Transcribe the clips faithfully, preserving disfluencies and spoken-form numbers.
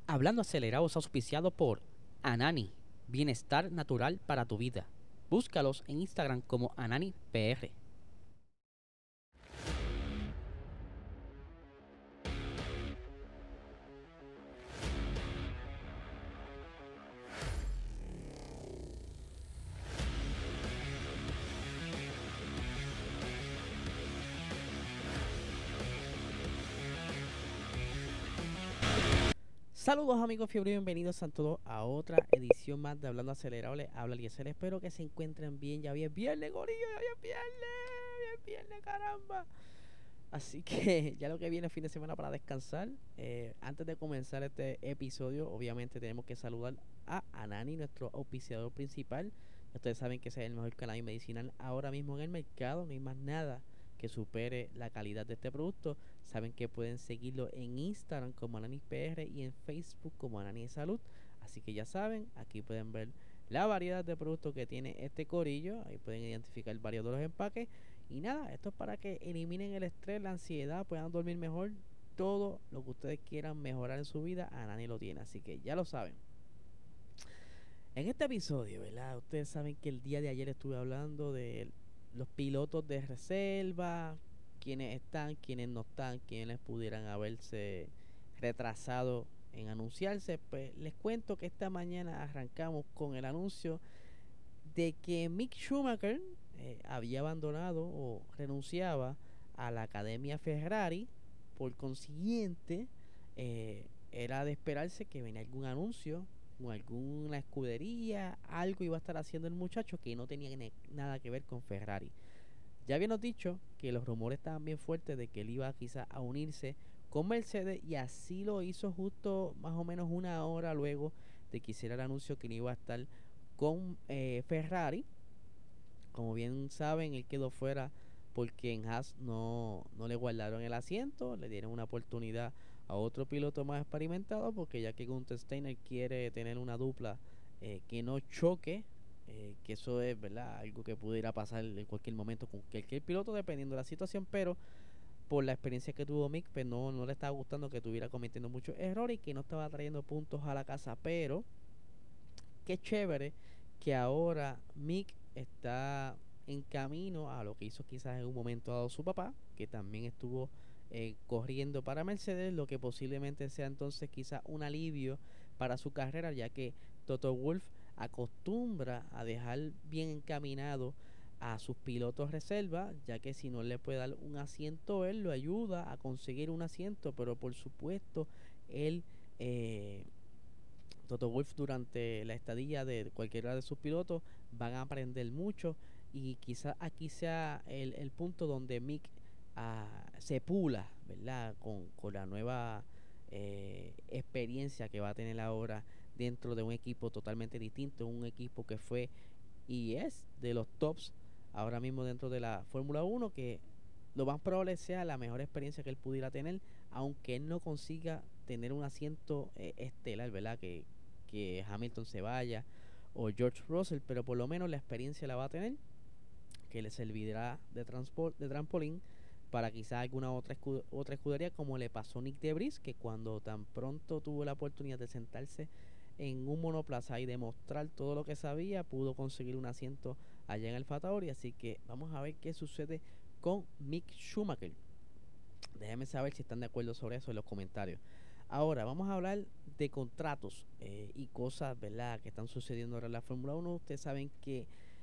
Hablando Acelerado es auspiciado por Anani, bienestar natural para tu vida. Búscalos en Instagram como Anani P R. Saludos amigos fiebre, bienvenidos a todos a otra edición más de Hablando Acelerado. Les habla Eliezer, espero que se encuentren bien. Ya bien viernes, gorillo, ya bien viernes, bien viernes, caramba. Así que ya lo que viene es fin de semana para descansar. Eh, antes de comenzar este episodio, obviamente tenemos que saludar a Anani, nuestro auspiciador principal. Ustedes saben que ese es el mejor cannabis medicinal ahora mismo en el mercado. No hay más nada que supere la calidad de este producto. Saben que pueden seguirlo en Instagram como Anani P R y en Facebook como Anani de Salud. Así que ya saben, aquí pueden ver la variedad de productos que tiene este corillo. Ahí pueden identificar varios de los empaques. Y nada, esto es para que eliminen el estrés, la ansiedad, puedan dormir mejor. Todo lo que ustedes quieran mejorar en su vida, Anani lo tiene. Así que ya lo saben. En este episodio, ¿verdad? Ustedes saben que el día de ayer estuve hablando de los pilotos de reserva, quienes están, quienes no están, quienes pudieran haberse retrasado en anunciarse. Pues les cuento que esta mañana arrancamos con el anuncio de que Mick Schumacher eh, había abandonado o renunciaba a la Academia Ferrari. Por consiguiente, eh, era de esperarse que venía algún anuncio o alguna escudería, algo iba a estar haciendo el muchacho que no tenía nada que ver con Ferrari. Ya habíamos dicho que los rumores estaban bien fuertes de que él iba quizá a unirse con Mercedes, y así lo hizo justo más o menos una hora luego de que hiciera el anuncio que no iba a estar con eh, Ferrari. Como bien saben, él quedó fuera porque en Haas no, no le guardaron el asiento, le dieron una oportunidad a otro piloto más experimentado, porque ya que Gunther Steiner quiere tener una dupla eh, que no choque, eh, que eso es, ¿verdad?, algo que pudiera pasar en cualquier momento con cualquier piloto dependiendo de la situación. Pero por la experiencia que tuvo Mick, pues no, no le estaba gustando que estuviera cometiendo muchos errores y que no estaba trayendo puntos a la casa. Pero qué chévere que ahora Mick está en camino a lo que hizo quizás en un momento dado su papá, que también estuvo eh, corriendo para Mercedes, lo que posiblemente sea entonces quizás un alivio para su carrera, ya que Toto Wolff acostumbra a dejar bien encaminado a sus pilotos reserva, ya que si no le puede dar un asiento, él lo ayuda a conseguir un asiento. Pero por supuesto él eh, Toto Wolff, durante la estadía de cualquiera de sus pilotos, van a aprender mucho, y quizás aquí sea el, el punto donde Mick ah, se pula, ¿verdad? Con, con la nueva eh, experiencia que va a tener ahora dentro de un equipo totalmente distinto, un equipo que fue y es de los tops ahora mismo dentro de la Fórmula uno, que lo más probable sea la mejor experiencia que él pudiera tener, aunque él no consiga tener un asiento eh, estelar, ¿verdad? Que, que Hamilton se vaya o George Russell, pero por lo menos la experiencia la va a tener, que le servirá de, transport, de trampolín para quizás alguna otra, escud otra escudería, como le pasó a Nick Debris, que cuando tan pronto tuvo la oportunidad de sentarse en un monoplaza y demostrar todo lo que sabía, pudo conseguir un asiento allá en el Fatahori. Así que vamos a ver qué sucede con Mick Schumacher. Déjenme saber si están de acuerdo sobre eso en los comentarios. Ahora vamos a hablar de contratos eh, y cosas, ¿verdad?, que están sucediendo ahora en la Fórmula uno. Ustedes saben que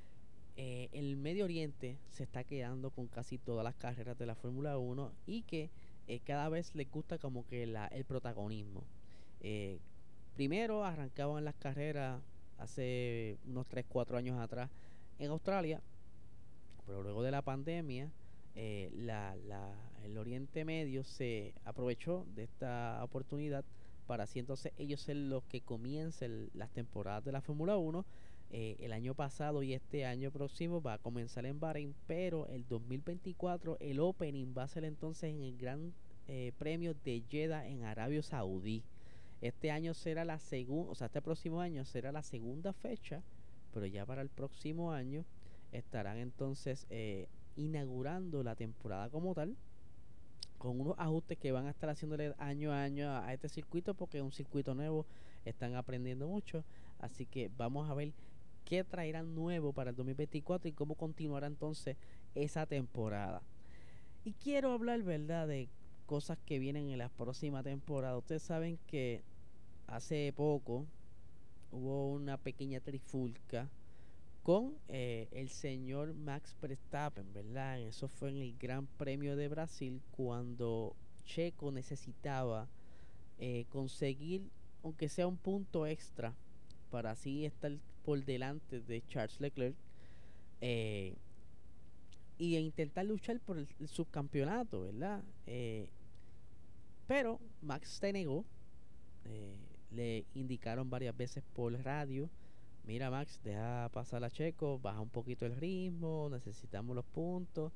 eh, el Medio Oriente se está quedando con casi todas las carreras de la Fórmula uno, y que eh, cada vez les gusta como que la, el protagonismo. Eh, Primero arrancaban las carreras hace unos tres cuatro años atrás en Australia, pero luego de la pandemia, eh, la, la, el Oriente Medio se aprovechó de esta oportunidad para así entonces ellos ser los que comiencen las temporadas de la Fórmula uno. Eh, el año pasado y este año próximo va a comenzar en Bahrein, pero el dos mil veinticuatro el opening va a ser entonces en el Gran eh, Premio de Jeddah en Arabia Saudí. Este año será la segunda, o sea, este próximo año será la segunda fecha, pero ya para el próximo año estarán entonces eh, inaugurando la temporada como tal, con unos ajustes que van a estar haciéndole año a año a, a este circuito, porque es un circuito nuevo, están aprendiendo mucho, así que vamos a ver qué traerán nuevo para el dos mil veinticuatro y cómo continuará entonces esa temporada. Y quiero hablar, ¿verdad?, de cosas que vienen en la próxima temporada. Ustedes saben que hace poco hubo una pequeña trifulca con eh, el señor Max Verstappen, ¿verdad? Eso fue en el Gran Premio de Brasil, cuando Checo necesitaba eh, conseguir, aunque sea un punto extra, para así estar por delante de Charles Leclerc, eh, y intentar luchar por el, el subcampeonato, ¿verdad? Eh, pero Max se negó. eh, le indicaron varias veces por radio: mira, Max, deja pasar a Checo, baja un poquito el ritmo, necesitamos los puntos.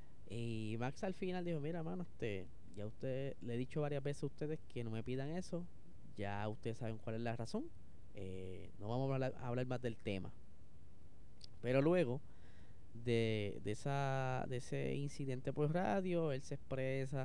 Y Max al final dijo: mira, mano, este, ya usted, le he dicho varias veces a ustedes que no me pidan eso, ya ustedes saben cuál es la razón, eh, no vamos a hablar, a hablar más del tema. Pero luego de, de, esa, de ese incidente por radio, él se expresa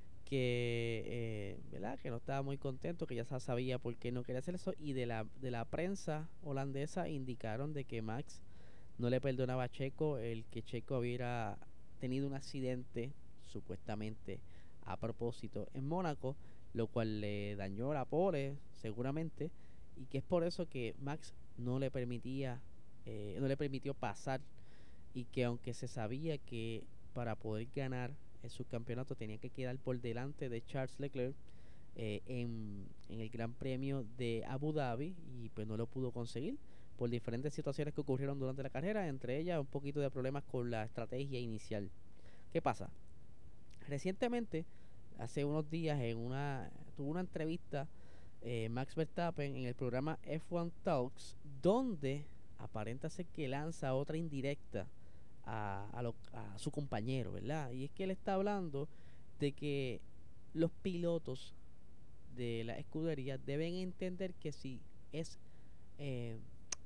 que, eh, ¿verdad?, que no estaba muy contento, que ya sabía por qué no quería hacer eso, y de la, de la prensa holandesa indicaron de que Max no le perdonaba a Checo el que Checo hubiera tenido un accidente, supuestamente a propósito, en Mónaco, lo cual le dañó la pole seguramente, y que es por eso que Max no le permitía eh, no le permitió pasar, y que aunque se sabía que para poder ganar el subcampeonato tenía que quedar por delante de Charles Leclerc eh, en, en el Gran Premio de Abu Dhabi, y pues no lo pudo conseguir por diferentes situaciones que ocurrieron durante la carrera, entre ellas un poquito de problemas con la estrategia inicial. ¿Qué pasa? Recientemente, hace unos días, en una tuvo una entrevista eh, Max Verstappen en el programa F uno Talks, donde aparenta ser que lanza otra indirecta a, a, lo, a su compañero, ¿verdad? Y es que él está hablando de que los pilotos de la escudería deben entender que si es eh,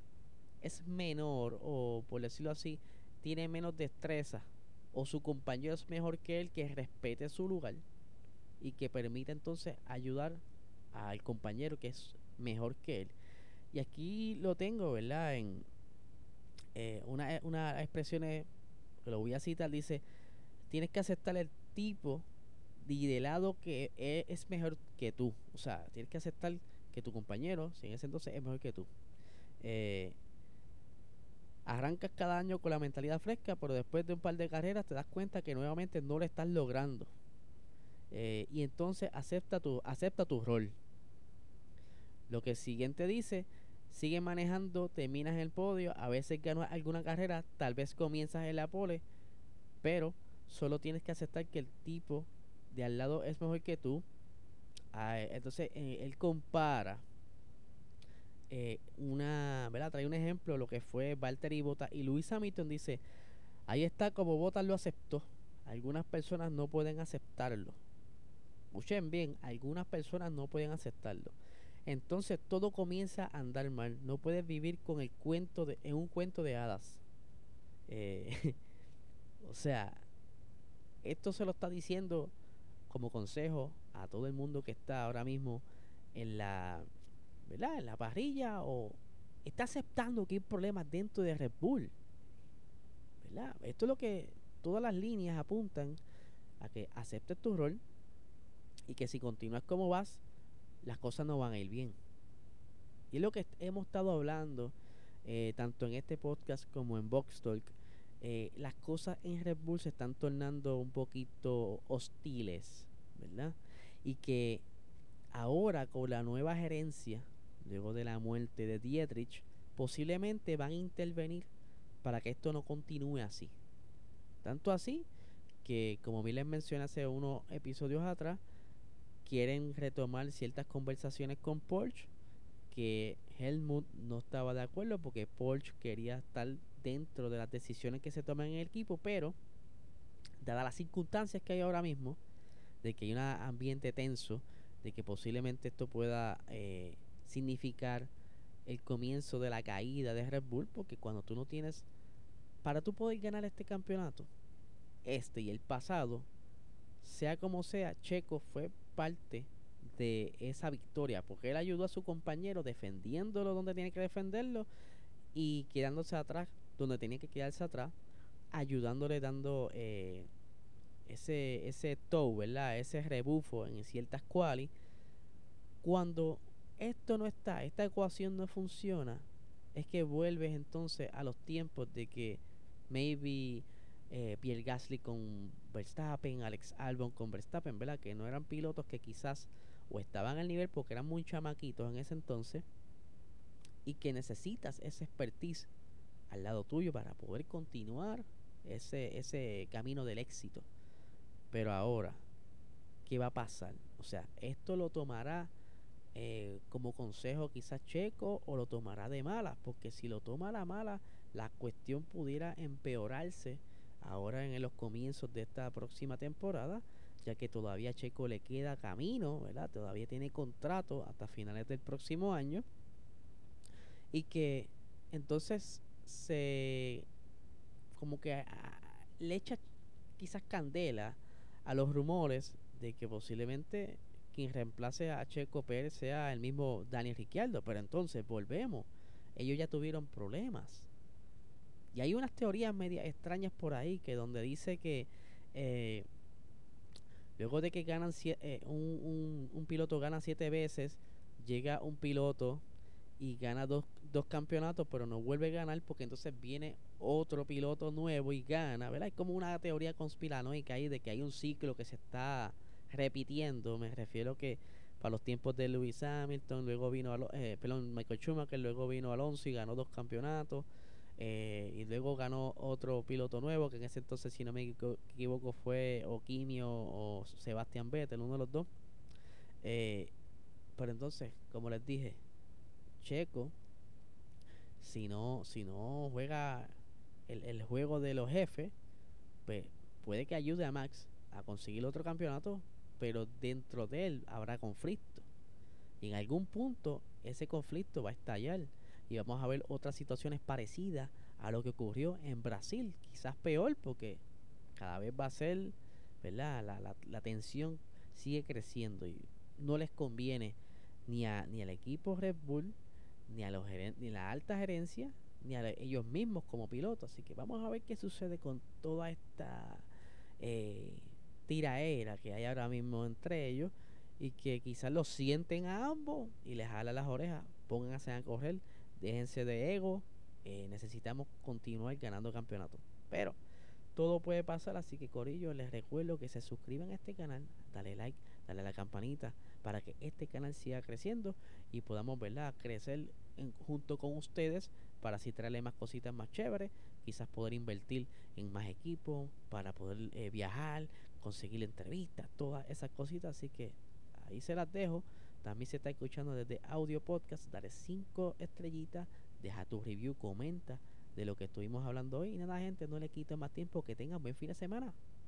es menor, o por decirlo así, tiene menos destreza, o su compañero es mejor que él, que respete su lugar y que permita entonces ayudar al compañero que es mejor que él. Y aquí lo tengo, ¿verdad? En eh, una, una expresión que lo voy a citar, dice: tienes que aceptar el tipo y de lado que e- es mejor que tú. O sea, tienes que aceptar que tu compañero, si en ese entonces, es mejor que tú. Eh, Arrancas cada año con la mentalidad fresca, pero después de un par de carreras te das cuenta que nuevamente no lo estás logrando. Eh, y entonces acepta tu, acepta tu rol. Lo que el siguiente dice: sigue manejando, terminas en el podio, a veces ganas alguna carrera, tal vez comienzas en la pole, pero solo tienes que aceptar que el tipo de al lado es mejor que tú. Ah, entonces eh, él compara eh, una, ¿verdad? Trae un ejemplo, lo que fue Valtteri Bottas y Lewis Hamilton. Dice: ahí está como Bottas lo aceptó. Algunas personas no pueden aceptarlo. Escuchen bien, algunas personas no pueden aceptarlo. Entonces todo comienza a andar mal. No puedes vivir con el cuento de, en un cuento de hadas. Eh, o sea, esto se lo está diciendo como consejo a todo el mundo que está ahora mismo en la, ¿verdad?, en la parrilla, o está aceptando que hay problemas dentro de Red Bull, ¿verdad? Esto es lo que todas las líneas apuntan a: que aceptes tu rol, y que si continúas como vas, las cosas no van a ir bien. Y es lo que hemos estado hablando eh, tanto en este podcast como en Box Talk. Eh, las cosas en Red Bull se están tornando un poquito hostiles, ¿verdad? Y que ahora, con la nueva gerencia, luego de la muerte de Dietrich, posiblemente van a intervenir para que esto no continúe así. Tanto así que, como bien les mencioné hace unos episodios atrás, quieren retomar ciertas conversaciones con Porsche, que Helmut no estaba de acuerdo porque Porsche quería estar dentro de las decisiones que se toman en el equipo, pero dadas las circunstancias que hay ahora mismo, de que hay un ambiente tenso, de que posiblemente esto pueda eh, significar el comienzo de la caída de Red Bull, porque cuando tú no tienes, para tú poder ganar este campeonato, este y el pasado, sea como sea, Checo fue parte de esa victoria, porque él ayudó a su compañero defendiéndolo donde tiene que defenderlo y quedándose atrás donde tenía que quedarse atrás, ayudándole dando eh, ese ese tow, ¿verdad? Ese rebufo en ciertas quali. Cuando esto no está, esta ecuación no funciona, es que vuelves entonces a los tiempos de que maybe eh, Pierre Gasly con Verstappen, Alex Albon con Verstappen, ¿verdad? Que no eran pilotos que quizás o estaban al nivel porque eran muy chamaquitos en ese entonces y que necesitas esa expertise al lado tuyo para poder continuar ese, ese camino del éxito. Pero ahora, ¿qué va a pasar? O sea, esto lo tomará eh, como consejo quizás Checo o lo tomará de mala, porque si lo toma a la mala, la cuestión pudiera empeorarse ahora en los comienzos de esta próxima temporada, ya que todavía a Checo le queda camino, ¿verdad? Todavía tiene contrato hasta finales del próximo año y que entonces se como que a, a, le echa quizás candela a los rumores de que posiblemente quien reemplace a Checo Pérez sea el mismo Daniel Ricciardo, pero entonces volvemos, ellos ya tuvieron problemas y hay unas teorías media extrañas por ahí que donde dice que eh, luego de que ganan eh, un, un, un piloto gana siete veces, llega un piloto y gana dos, dos campeonatos, pero no vuelve a ganar porque entonces viene otro piloto nuevo y gana, ¿verdad? Es como una teoría conspiranoica ahí de que hay un ciclo que se está repitiendo. Me refiero que para los tiempos de Lewis Hamilton, luego vino, Alo eh, perdón, Michael Schumacher, luego vino Alonso y ganó dos campeonatos. Eh, y luego ganó otro piloto nuevo, que en ese entonces, si no me equivoco, fue o Kimio o Sebastián Vettel, uno de los dos. Eh, pero entonces, como les dije, Checo, si no, si no juega el, el juego de los jefes, pues puede que ayude a Max a conseguir otro campeonato, pero dentro de él habrá conflicto. Y en algún punto ese conflicto va a estallar y vamos a ver otras situaciones parecidas a lo que ocurrió en Brasil, quizás peor porque cada vez va a ser, ¿verdad? La, la, la tensión sigue creciendo y no les conviene ni a ni al equipo Red Bull, ni a los ni a la alta gerencia, ni a ellos mismos como pilotos. Así que vamos a ver qué sucede con toda esta eh, tiraera que hay ahora mismo entre ellos y que quizás los sienten a ambos y les jala las orejas, pónganse a correr, déjense de ego, eh, necesitamos continuar ganando campeonatos. Pero todo puede pasar, así que Corillo, les recuerdo que se suscriban a este canal, dale like, dale a la campanita para que este canal siga creciendo y podamos, ¿verdad?, crecer en, junto con ustedes para así traerle más cositas más chéveres, quizás poder invertir en más equipos para poder eh, viajar, conseguir entrevistas, todas esas cositas, así que ahí se las dejo. También se está escuchando desde Audio Podcast, dale cinco estrellitas, deja tu review, comenta de lo que estuvimos hablando hoy. Y nada, gente, no le quito más tiempo. Que tengan buen fin de semana.